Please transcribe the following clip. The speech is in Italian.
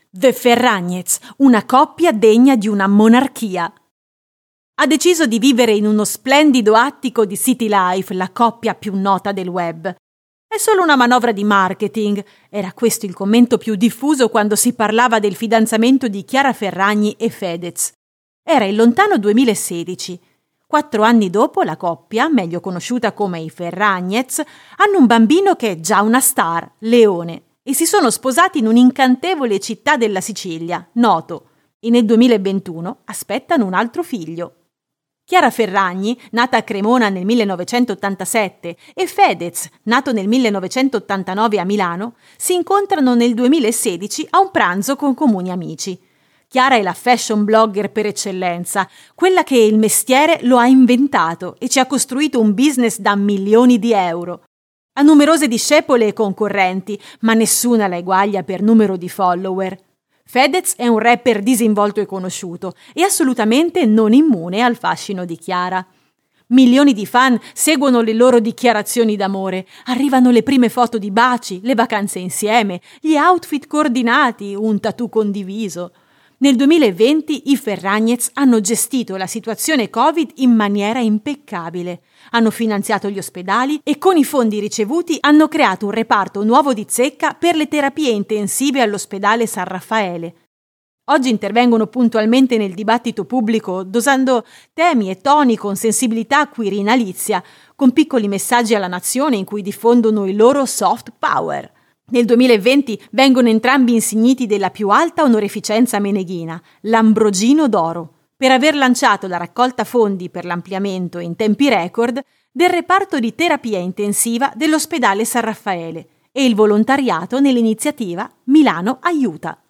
The Ferragnez, una coppia degna di una monarchia. Ha deciso di vivere in uno splendido attico di City Life, la coppia più nota del web. È solo una manovra di marketing. Era questo il commento più diffuso quando si parlava del fidanzamento di Chiara Ferragni e Fedez. Era il lontano 2016. 4 anni dopo, la coppia, meglio conosciuta come i Ferragnez, hanno un bambino che è già una star, Leone, e si sono sposati in un'incantevole città della Sicilia, Noto, e nel 2021 aspettano un altro figlio. Chiara Ferragni, nata a Cremona nel 1987, e Fedez, nato nel 1989 a Milano, si incontrano nel 2016 a un pranzo con comuni amici. Chiara è la fashion blogger per eccellenza, quella che il mestiere lo ha inventato e ci ha costruito un business da milioni di euro. Ha numerose discepole e concorrenti, ma nessuna la eguaglia per numero di follower. Fedez è un rapper disinvolto e conosciuto e assolutamente non immune al fascino di Chiara. Milioni di fan seguono le loro dichiarazioni d'amore, arrivano le prime foto di baci, le vacanze insieme, gli outfit coordinati, un tattoo condiviso. Nel 2020 i Ferragnez hanno gestito la situazione Covid in maniera impeccabile. Hanno finanziato gli ospedali e con i fondi ricevuti hanno creato un reparto nuovo di zecca per le terapie intensive all'ospedale San Raffaele. Oggi intervengono puntualmente nel dibattito pubblico, dosando temi e toni con sensibilità quirinalizia, con piccoli messaggi alla nazione in cui diffondono il loro soft power. Nel 2020 vengono entrambi insigniti della più alta onorificenza meneghina, l'Ambrogino d'Oro, per aver lanciato la raccolta fondi per l'ampliamento in tempi record del reparto di terapia intensiva dell'ospedale San Raffaele e il volontariato nell'iniziativa Milano Aiuta.